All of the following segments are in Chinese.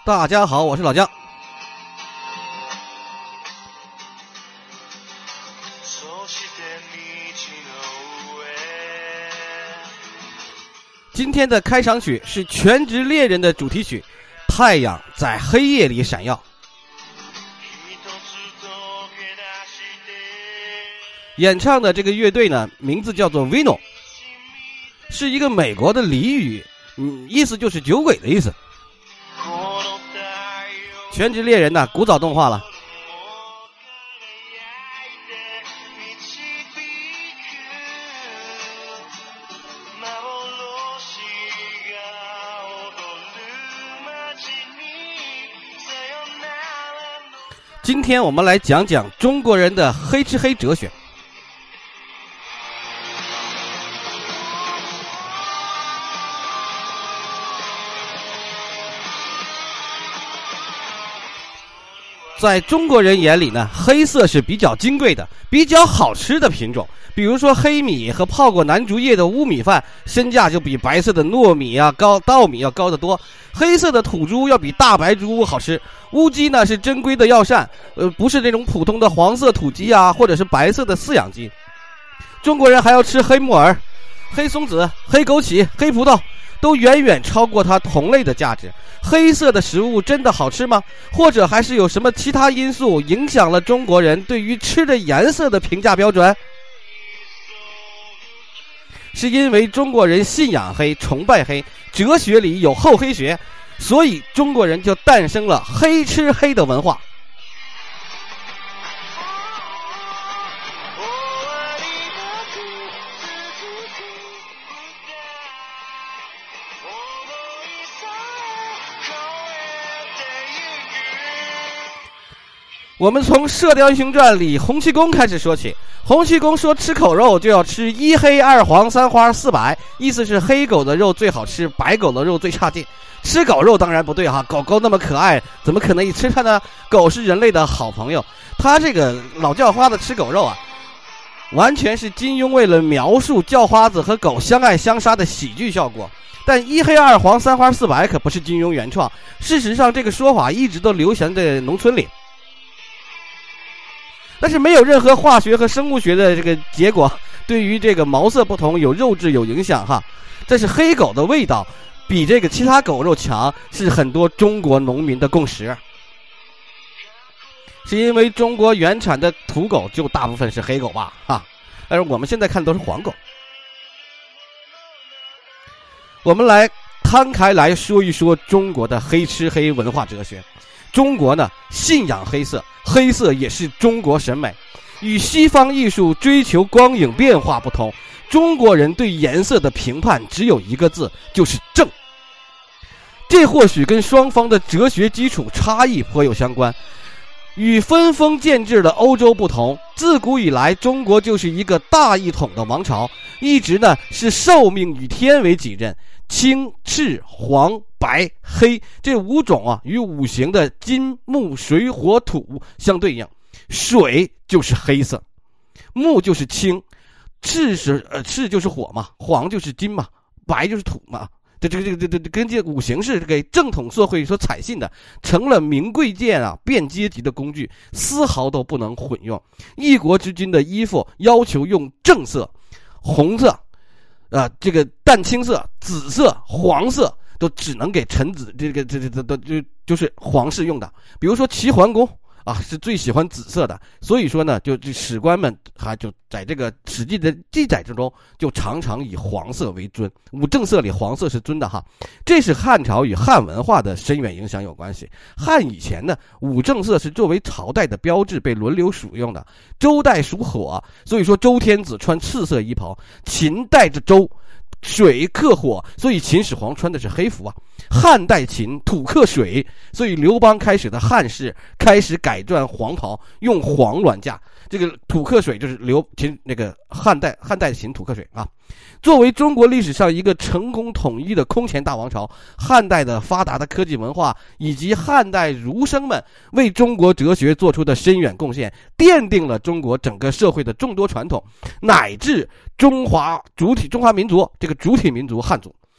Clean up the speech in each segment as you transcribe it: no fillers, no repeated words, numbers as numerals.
大家好，我是老姜。今天的开场曲是《全职猎人》的主题曲《太阳在黑夜里闪耀》。演唱的这个乐队呢，名字叫做 Vino， 是一个美国的俚语，意思就是酒鬼的意思。全职猎人呢，古早动画了。今天我们来讲讲中国人的黑吃黑哲学。在中国人眼里呢，黑色是比较金贵的、比较好吃的品种。比如说黑米和泡过南竹叶的乌米饭，身价就比白色的糯米啊、稻米要高得多。黑色的土猪要比大白猪好吃。乌鸡呢是珍贵的药膳，不是那种普通的黄色土鸡啊，或者是白色的饲养鸡。中国人还要吃黑木耳、黑松子、黑枸杞、黑葡萄，都远远超过它同类的价值。黑色的食物真的好吃吗？或者还是有什么其他因素影响了中国人对于吃的颜色的评价标准？是因为中国人信仰黑、崇拜黑，哲学里有厚黑学，所以中国人就诞生了黑吃黑的文化。我们从《射雕英雄传》里洪七公开始说起。洪七公说吃口肉就要吃一黑二黄三花四白，意思是黑狗的肉最好吃，白狗的肉最差劲。吃狗肉当然不对哈，狗狗那么可爱，怎么可能一吃它呢？狗是人类的好朋友。他这个老叫花子吃狗肉啊，完全是金庸为了描述叫花子和狗相爱相杀的喜剧效果。但一黑二黄三花四白可不是金庸原创，事实上这个说法一直都流行在农村里。但是没有任何化学和生物学的这个结果对于这个毛色不同有肉质有影响哈。这是黑狗的味道比这个其他狗肉强，是很多中国农民的共识。是因为中国原产的土狗就大部分是黑狗吧哈，而我们现在看都是黄狗。我们来摊开来说一说中国的黑吃黑文化哲学。中国呢信仰黑色，黑色也是中国审美。与西方艺术追求光影变化不同，中国人对颜色的评判只有一个字，就是正。这或许跟双方的哲学基础差异颇有相关。与分封建制的欧洲不同，自古以来中国就是一个大一统的王朝，一直呢是受命与天为己任。青、赤、黄、白、黑这五种啊，与五行的金、木、水、火、土相对应。水就是黑色，木就是青，赤就是火嘛，黄就是金嘛，白就是土嘛。这跟这五行是给正统社会所采信的，成了名贵贱啊变阶级的工具，丝毫都不能混用。一国之君的衣服要求用正色，红色这个淡青色、紫色、黄色都只能给臣子，就是皇室用的。比如说齐桓公啊，是最喜欢紫色的，所以说呢，就史官们就在这个《史记》的记载之中，就常常以黄色为尊。五正色里黄色是尊的哈，这是汉朝与汉文化的深远影响有关系。汉以前呢，五正色是作为朝代的标志被轮流使用的。周代属火，所以说周天子穿赤色衣袍；秦带着周，水克火，所以秦始皇穿的是黑服啊。汉代秦，土克水，所以刘邦开始的汉室开始改转黄袍，用黄銮驾。这个土克水就是汉代秦土克水啊。作为中国历史上一个成功统一的空前大王朝，汉代的发达的科技文化以及汉代儒生们为中国哲学做出的深远贡献，奠定了中国整个社会的众多传统，乃至中华民族这个主体民族汉族。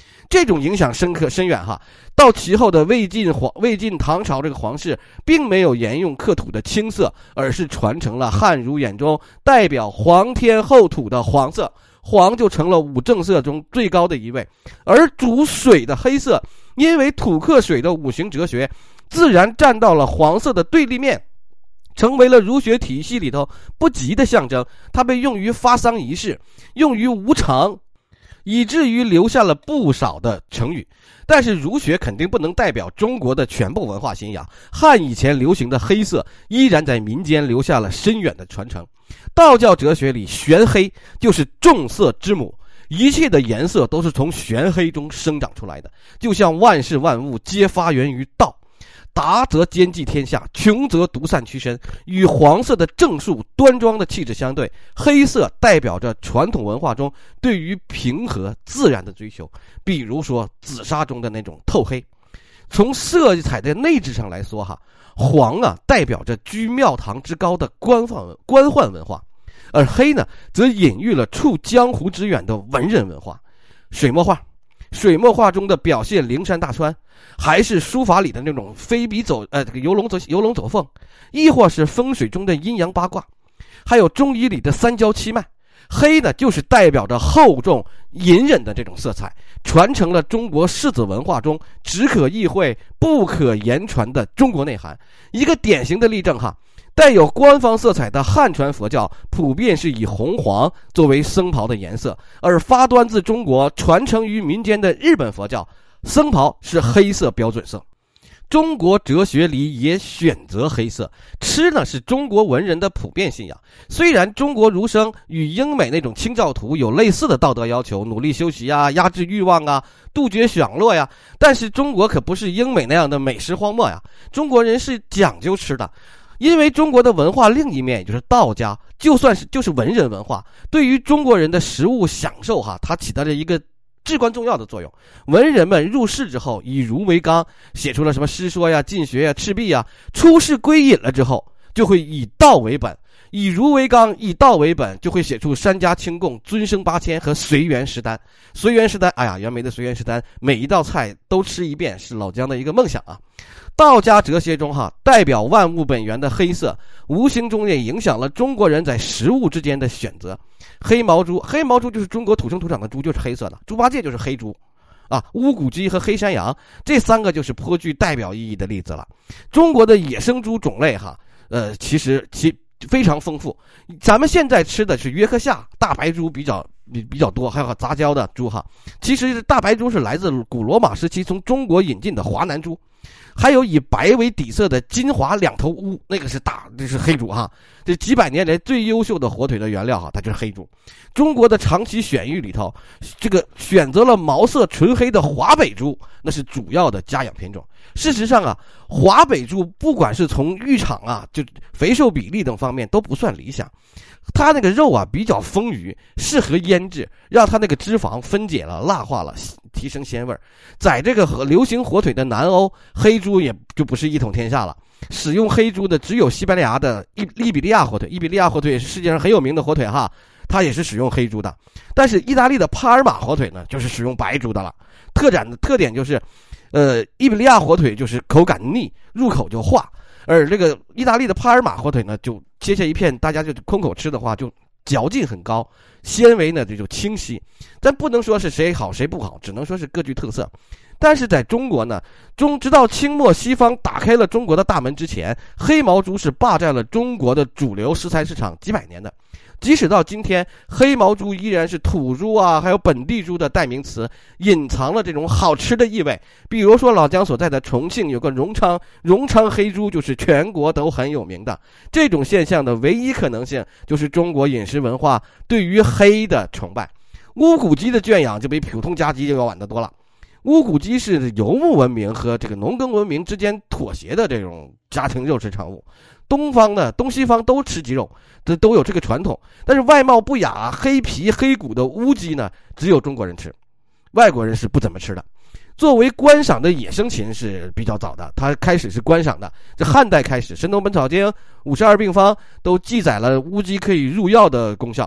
这种影响深刻深远哈。到其后的魏晋唐朝这个皇室，并没有沿用刻土的青色，而是传承了汉儒眼中代表皇天厚土的黄色，黄就成了五正色中最高的一位。而主水的黑色，因为土克水的五行哲学，自然站到了黄色的对立面，成为了儒学体系里头不吉的象征。它被用于发丧仪式，用于无常，以至于留下了不少的成语。但是儒学肯定不能代表中国的全部文化信仰，汉以前流行的黑色依然在民间留下了深远的传承。道教哲学里，玄黑就是众色之母，一切的颜色都是从玄黑中生长出来的，就像万事万物皆发源于道。达则兼济天下，穷则独善其身。与黄色的正肃端庄的气质相对，黑色代表着传统文化中对于平和自然的追求，比如说紫砂中的那种透黑。从色彩的内质上来说哈，黄代表着居庙堂之高的官宦文化，而黑呢则隐喻了处江湖之远的文人文化。水墨画中的表现灵山大川，还是书法里的那种飞笔游龙走凤，亦或是风水中的阴阳八卦，还有中医里的三焦七脉。黑呢就是代表着厚重隐忍的这种色彩，传承了中国士子文化中只可意会不可言传的中国内涵。一个典型的例证哈，带有官方色彩的汉传佛教普遍是以红黄作为僧袍的颜色，而发端自中国传承于民间的日本佛教，僧袍是黑色标准色。中国哲学里也选择黑色。吃呢是中国文人的普遍信仰，虽然中国儒生与英美那种清教徒有类似的道德要求，努力修习啊，压制欲望啊，杜绝享乐呀，但是中国可不是英美那样的美食荒漠呀，中国人是讲究吃的。因为中国的文化另一面，也就是道家，就是文人文化，对于中国人的食物享受它起到了一个至关重要的作用。文人们入世之后，以儒为纲，写出了什么诗说呀、进学呀、赤壁呀。出世归隐了之后，就会以道为本，以儒为纲，以道为本，就会写出三家清供、尊生8000和随园食单。随园食单，袁枚的随园食单，每一道菜都吃一遍，是老姜的一个梦想啊。道家哲学中代表万物本源的黑色，无形中也影响了中国人在食物之间的选择。黑毛猪就是中国土生土长的猪，就是黑色的，猪八戒就是黑猪乌骨鸡和黑山羊，这3个就是颇具代表意义的例子了。中国的野生猪种类其实非常丰富。咱们现在吃的是约克夏大白猪比较多，还有杂交的猪其实大白猪是来自古罗马时期从中国引进的华南猪。还有以白为底色的金华两头乌，那个是这是黑猪这几百年来最优秀的火腿的原料它就是黑猪。中国的长期选育里头，这个选择了毛色纯黑的华北猪，那是主要的家养品种。事实上华北猪不管是从育场就肥瘦比例等方面都不算理想。它那个肉比较丰腴，适合腌制，让它那个脂肪分解了、蜡化了，提升鲜味。在这个流行火腿的南欧，黑猪也就不是一统天下了。使用黑猪的只有西班牙的伊比利亚火腿，伊比利亚火腿是世界上很有名的火腿它也是使用黑猪的。但是意大利的帕尔马火腿呢，就是使用白猪的了。特点就是伊比利亚火腿就是口感腻，入口就化，而这个意大利的帕尔马火腿呢，就切下一片，大家就空口吃的话，就嚼劲很高，纤维呢就清晰。但不能说是谁好谁不好，只能说是各具特色。但是在中国呢，直到清末西方打开了中国的大门之前，黑毛猪是霸占了中国的主流食材市场几百年的。即使到今天，黑毛猪依然是土猪还有本地猪的代名词，隐藏了这种好吃的意味。比如说老姜所在的重庆有个荣昌黑猪，就是全国都很有名的。这种现象的唯一可能性，就是中国饮食文化对于黑的崇拜。乌骨鸡的圈养就比普通家鸡要晚得多了。乌骨鸡是游牧文明和这个农耕文明之间妥协的这种家庭肉食产物。东西方都吃鸡肉，都有这个传统。但是外貌不雅、黑皮黑骨的乌鸡呢，只有中国人吃，外国人是不怎么吃的。作为观赏的野生禽是比较早的，它开始是观赏的。这汉代开始，《神农本草经》52病方都记载了乌鸡可以入药的功效。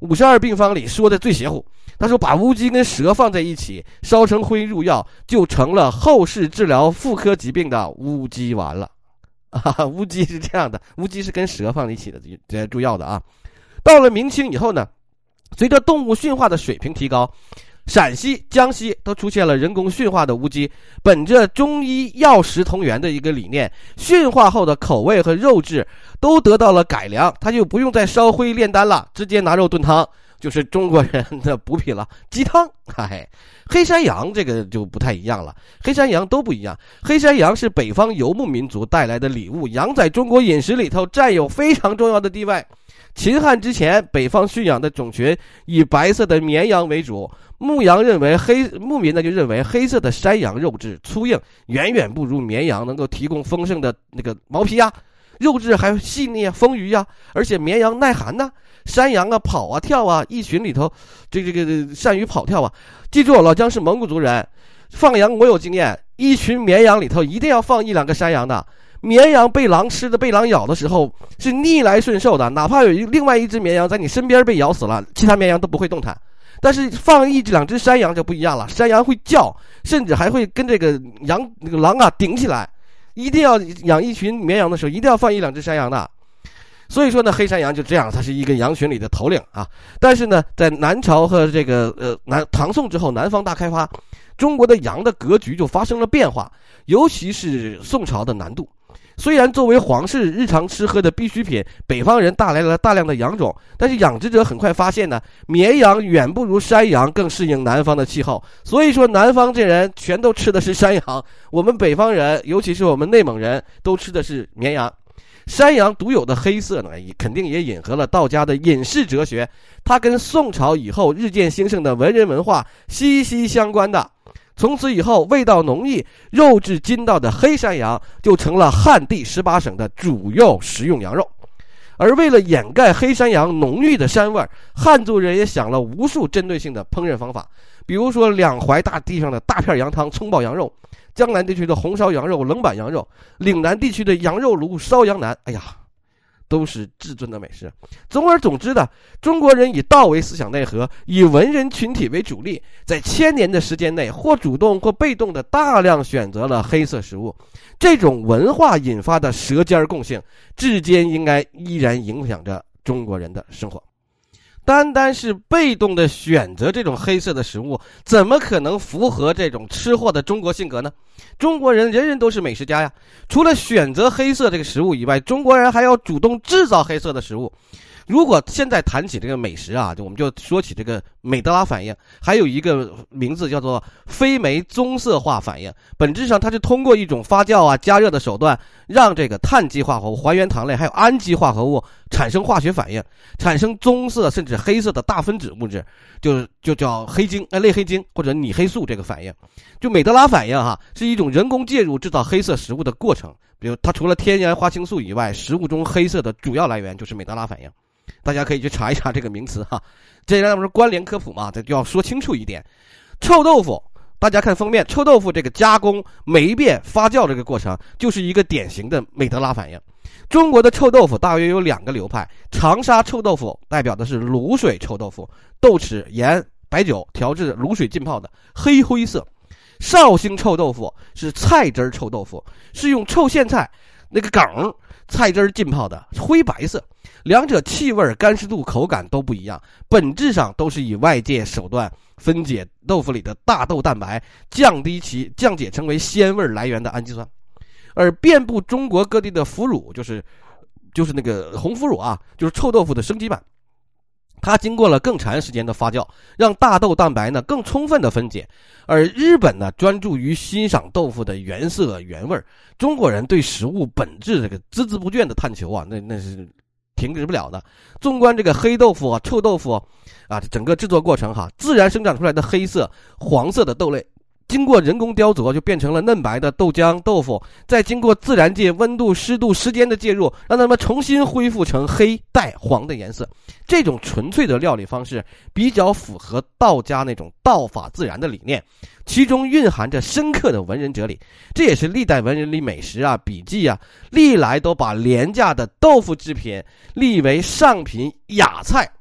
52病方里说的最邪乎。他说把乌鸡跟蛇放在一起，烧成灰入药，就成了后世治疗妇科疾病的乌鸡丸了。乌鸡是这样的，乌鸡是跟蛇放在一起的入药的啊。到了明清以后呢，随着动物驯化的水平提高，陕西、江西都出现了人工驯化的乌鸡。本着中医药食同源的一个理念，驯化后的口味和肉质都得到了改良，它就不用再烧灰炼丹了，直接拿肉炖汤，就是中国人的补品了，鸡汤。黑山羊这个就不太一样了，黑山羊都不一样。黑山羊是北方游牧民族带来的礼物，羊在中国饮食里头占有非常重要的地位。秦汉之前，北方驯养的种群以白色的绵羊为主，牧民呢就认为黑色的山羊肉质粗硬，远远不如绵羊能够提供丰盛的那个毛皮呀，肉质还细腻啊，丰腴呀，而且绵羊耐寒呢。山羊啊跑啊跳啊，一群里头这个善于跑跳啊。记住，老姜是蒙古族人，放羊我有经验，一群绵羊里头一定要放1-2个山羊的。绵羊被狼吃的被狼咬的时候是逆来顺受的，哪怕有另外一只绵羊在你身边被咬死了，其他绵羊都不会动弹。但是放1-2只山羊就不一样了，山羊会叫，甚至还会跟这个狼啊顶起来。一定要养一群绵羊的时候，一定要放1-2只山羊的。所以说呢，黑山羊就这样，它是一个羊群里的头领啊。但是呢，在南朝和这个唐宋之后，南方大开发，中国的羊的格局就发生了变化，尤其是宋朝的南渡。虽然作为皇室日常吃喝的必需品，北方人带来了大量的羊种，但是养殖者很快发现呢，绵羊远不如山羊更适应南方的气候。所以说南方这人全都吃的是山羊，我们北方人，尤其是我们内蒙人都吃的是绵羊。山羊独有的黑色呢，肯定也引合了道家的隐士哲学，它跟宋朝以后日渐兴盛的文人文化息息相关的。从此以后，味道浓郁、肉质筋道的黑山羊就成了汉地18省的主要食用羊肉。而为了掩盖黑山羊浓郁的膻味，汉族人也想了无数针对性的烹饪方法，比如说两淮大地上的大片羊汤葱爆羊肉，江南地区的红烧羊肉、冷板羊肉，岭南地区的羊肉炉烧羊腩，哎呀，都是至尊的美食。总而总之的，中国人以道为思想内核，以文人群体为主力，在1000年的时间内，或主动或被动的大量选择了黑色食物。这种文化引发的舌尖共性，至今应该依然影响着中国人的生活。单单是被动的选择这种黑色的食物，怎么可能符合这种吃货的中国性格呢？中国人人人都是美食家呀，除了选择黑色这个食物以外，中国人还要主动制造黑色的食物。如果现在谈起这个美食啊，我们就说起这个美德拉反应，还有一个名字叫做非酶棕色化反应。本质上它是通过一种发酵啊、加热的手段，让这个碳基化合物、还原糖类还有氨基化合物产生化学反应，产生棕色甚至黑色的大分子物质，就叫黑精、类黑精或者拟黑素。这个反应就美德拉反应是一种人工介入制造黑色食物的过程。比如它除了天然花青素以外，食物中黑色的主要来源就是美德拉反应。大家可以去查一查这个名词这让我们关联科普嘛，这就要说清楚一点。臭豆腐，大家看封面，臭豆腐这个加工、霉变、发酵这个过程，就是一个典型的美德拉反应。中国的臭豆腐大约有2个流派，长沙臭豆腐代表的是卤水臭豆腐，豆豉、盐、白酒调制卤水浸泡的，黑灰色。绍兴臭豆腐是菜汁臭豆腐，是用臭苋菜那个梗菜汁浸泡的，灰白色。两者气味、干湿度、口感都不一样，本质上都是以外界手段分解豆腐里的大豆蛋白，降解成为鲜味来源的氨基酸。而遍布中国各地的腐乳，就是那个红腐乳就是臭豆腐的升级版。它经过了更长时间的发酵，让大豆蛋白呢更充分的分解。而日本呢专注于欣赏豆腐的原色原味，中国人对食物本质这个孜孜不倦的探求那是停止不了的。纵观这个黑豆腐臭豆腐整个制作过程自然生长出来的黑色、黄色的豆类，经过人工雕琢就变成了嫩白的豆浆、豆腐，再经过自然界温度、湿度、时间的介入，让它们重新恢复成黑带黄的颜色。这种纯粹的料理方式比较符合道家那种道法自然的理念，其中蕴含着深刻的文人哲理。这也是历代文人里美食笔记历来都把廉价的豆腐制品立为上品雅菜，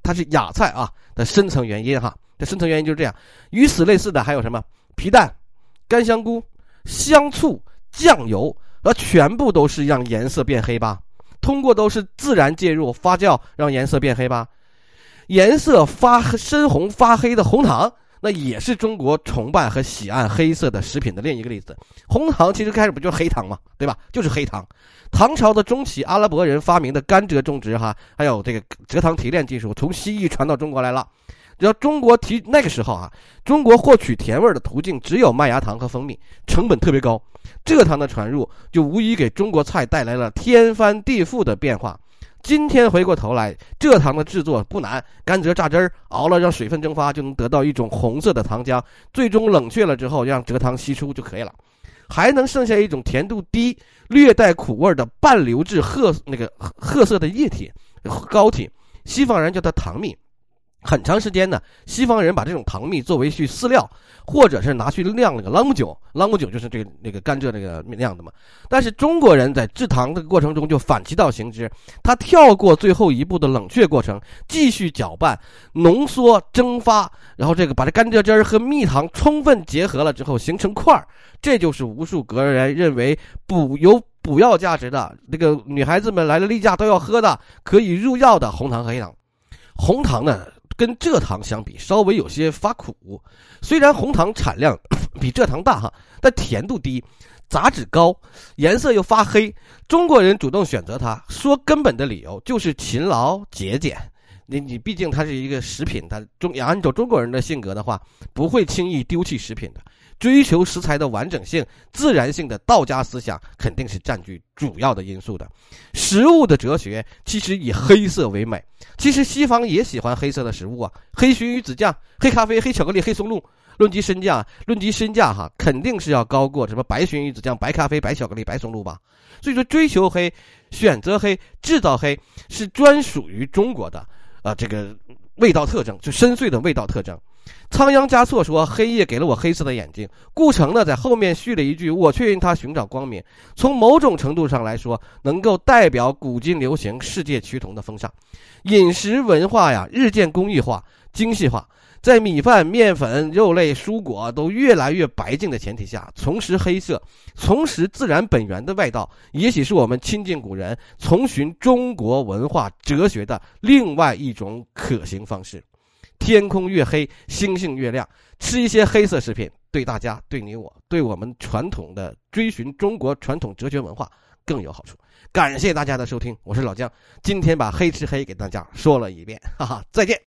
它是亚菜啊的深层原因哈。这深层原因就是这样。与此类似的还有什么？皮蛋、干香菇、香醋、酱油，全部都是让颜色变黑吧？通过都是自然介入发酵让颜色变黑吧？颜色深红发黑的红糖，那也是中国崇拜和喜爱黑色的食品的另一个例子。红糖其实开始不就是黑糖嘛，对吧？就是黑糖。唐朝的中期，阿拉伯人发明的甘蔗种植还有这个蔗糖提炼技术从西域传到中国来了。只要那个时候中国获取甜味的途径只有麦芽糖和蜂蜜，成本特别高。蔗糖的传入就无疑给中国菜带来了天翻地覆的变化。今天回过头来，蔗糖的制作不难，甘蔗榨汁儿熬了让水分蒸发，就能得到一种红色的糖浆，最终冷却了之后让蔗糖析出就可以了。还能剩下一种甜度低、略带苦味的半流质褐色的液体膏体，西方人叫它糖蜜。很长时间呢，西方人把这种糖蜜作为去饲料，或者是拿去酿那个朗姆酒，朗姆酒就是那个甘蔗那个酿的嘛。但是中国人在制糖的过程中就反其道行之，他跳过最后一步的冷却过程，继续搅拌、浓缩、蒸发，然后把这甘蔗汁和蜜糖充分结合了之后形成块儿，这就是无数个人认为有补药价值的这个女孩子们来了例假都要喝的可以入药的红糖和黑糖。红糖呢跟蔗糖相比稍微有些发苦，虽然红糖产量比蔗糖大但甜度低，杂质高，颜色又发黑。中国人主动选择它，说根本的理由就是勤劳节俭。你毕竟它是一个食品，按照中国人的性格的话，不会轻易丢弃食品的。追求食材的完整性、自然性的道家思想肯定是占据主要的因素的。食物的哲学其实以黑色为美，其实西方也喜欢黑色的食物黑鲟鱼子酱、黑咖啡、黑巧克力、黑松露，论及身价肯定是要高过什么白鲟鱼子酱、白咖啡、白巧克力、白松露吧。所以说追求黑、选择黑、制造黑是专属于中国的这个味道特征，就深邃的味道特征。仓央嘉措说黑夜给了我黑色的眼睛，顾城呢在后面续了一句我却因他寻找光明。从某种程度上来说，能够代表古今流行世界趋同的风尚。饮食文化日渐工艺化、精细化，在米饭、面粉、肉类、蔬果都越来越白净的前提下，重拾黑色，重拾自然本源的味道，也许是我们亲近古人、重寻中国文化哲学的另外一种可行方式。天空越黑，星星越亮，吃一些黑色食品，对大家、对你我、对我们传统的追寻中国传统哲学文化更有好处。感谢大家的收听，我是老姜，今天把黑吃黑给大家说了一遍，再见。